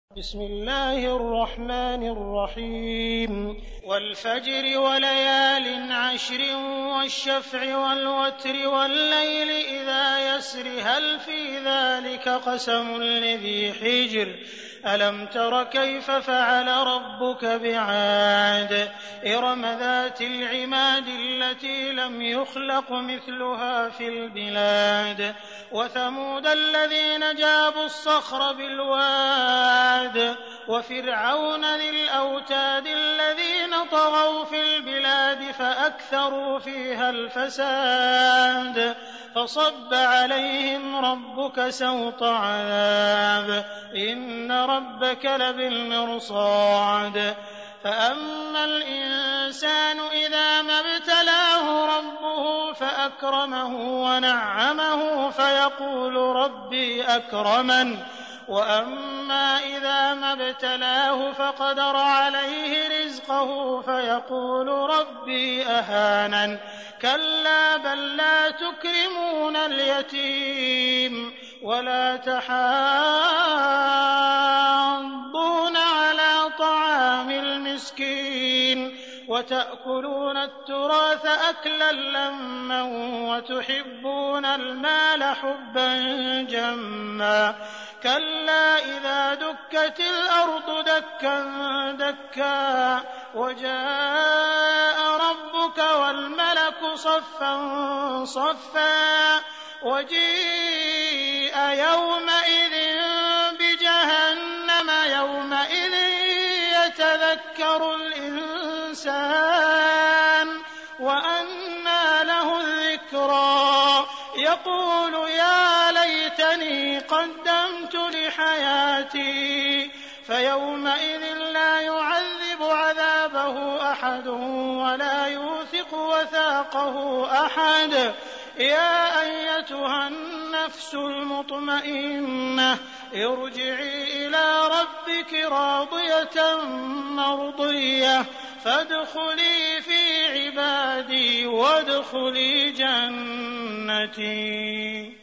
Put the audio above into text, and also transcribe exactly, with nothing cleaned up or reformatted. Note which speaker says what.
Speaker 1: بسم الله الرحمن الرحيم والفجر وليال عشر والشفع والوتر والليل إذا يسر هل في ذلك قسم لذي حجر ألم تر كيف فعل ربك بعاد إرم ذات العماد التي لم يخلق مثلها في البلاد وثمود الذين جابوا الصخر بالواد وفرعون ذي الأوتاد الذين طغوا في البلاد فأكثروا فيها الفساد فصب عليهم ربك سوط عذاب إن ربك لبالمرصاد فأما الإنسان إذا ما ابتلاه ربه فأكرمه ونعمه فيقول ربي أكرمن وأما إذا ما ابتلاه فقدر عليه رزقه فيقول ربي أهانن كلا بل لا تكرمون اليتيم ولا تحاضون على طعام المسكين وتأكلون التراث أكلا لما وتحبون المال حبا جما كلا إذا دكت الأرض دكا دكا وجاء ربك والملك صفا صفا وجيء يومئذ بجهنم يومئذ يتذكر الإنسان وأنى له الذكرى يقول يا ليتني قدمت لحياتي فيومئذ لا يعذب عذابه أحد ولا يوثق وثاقه أحد يا أيتها النفس المطمئنة ارجعي إلى ربك راضية مرضية فادخلي في عبادي وادخلي جنتي.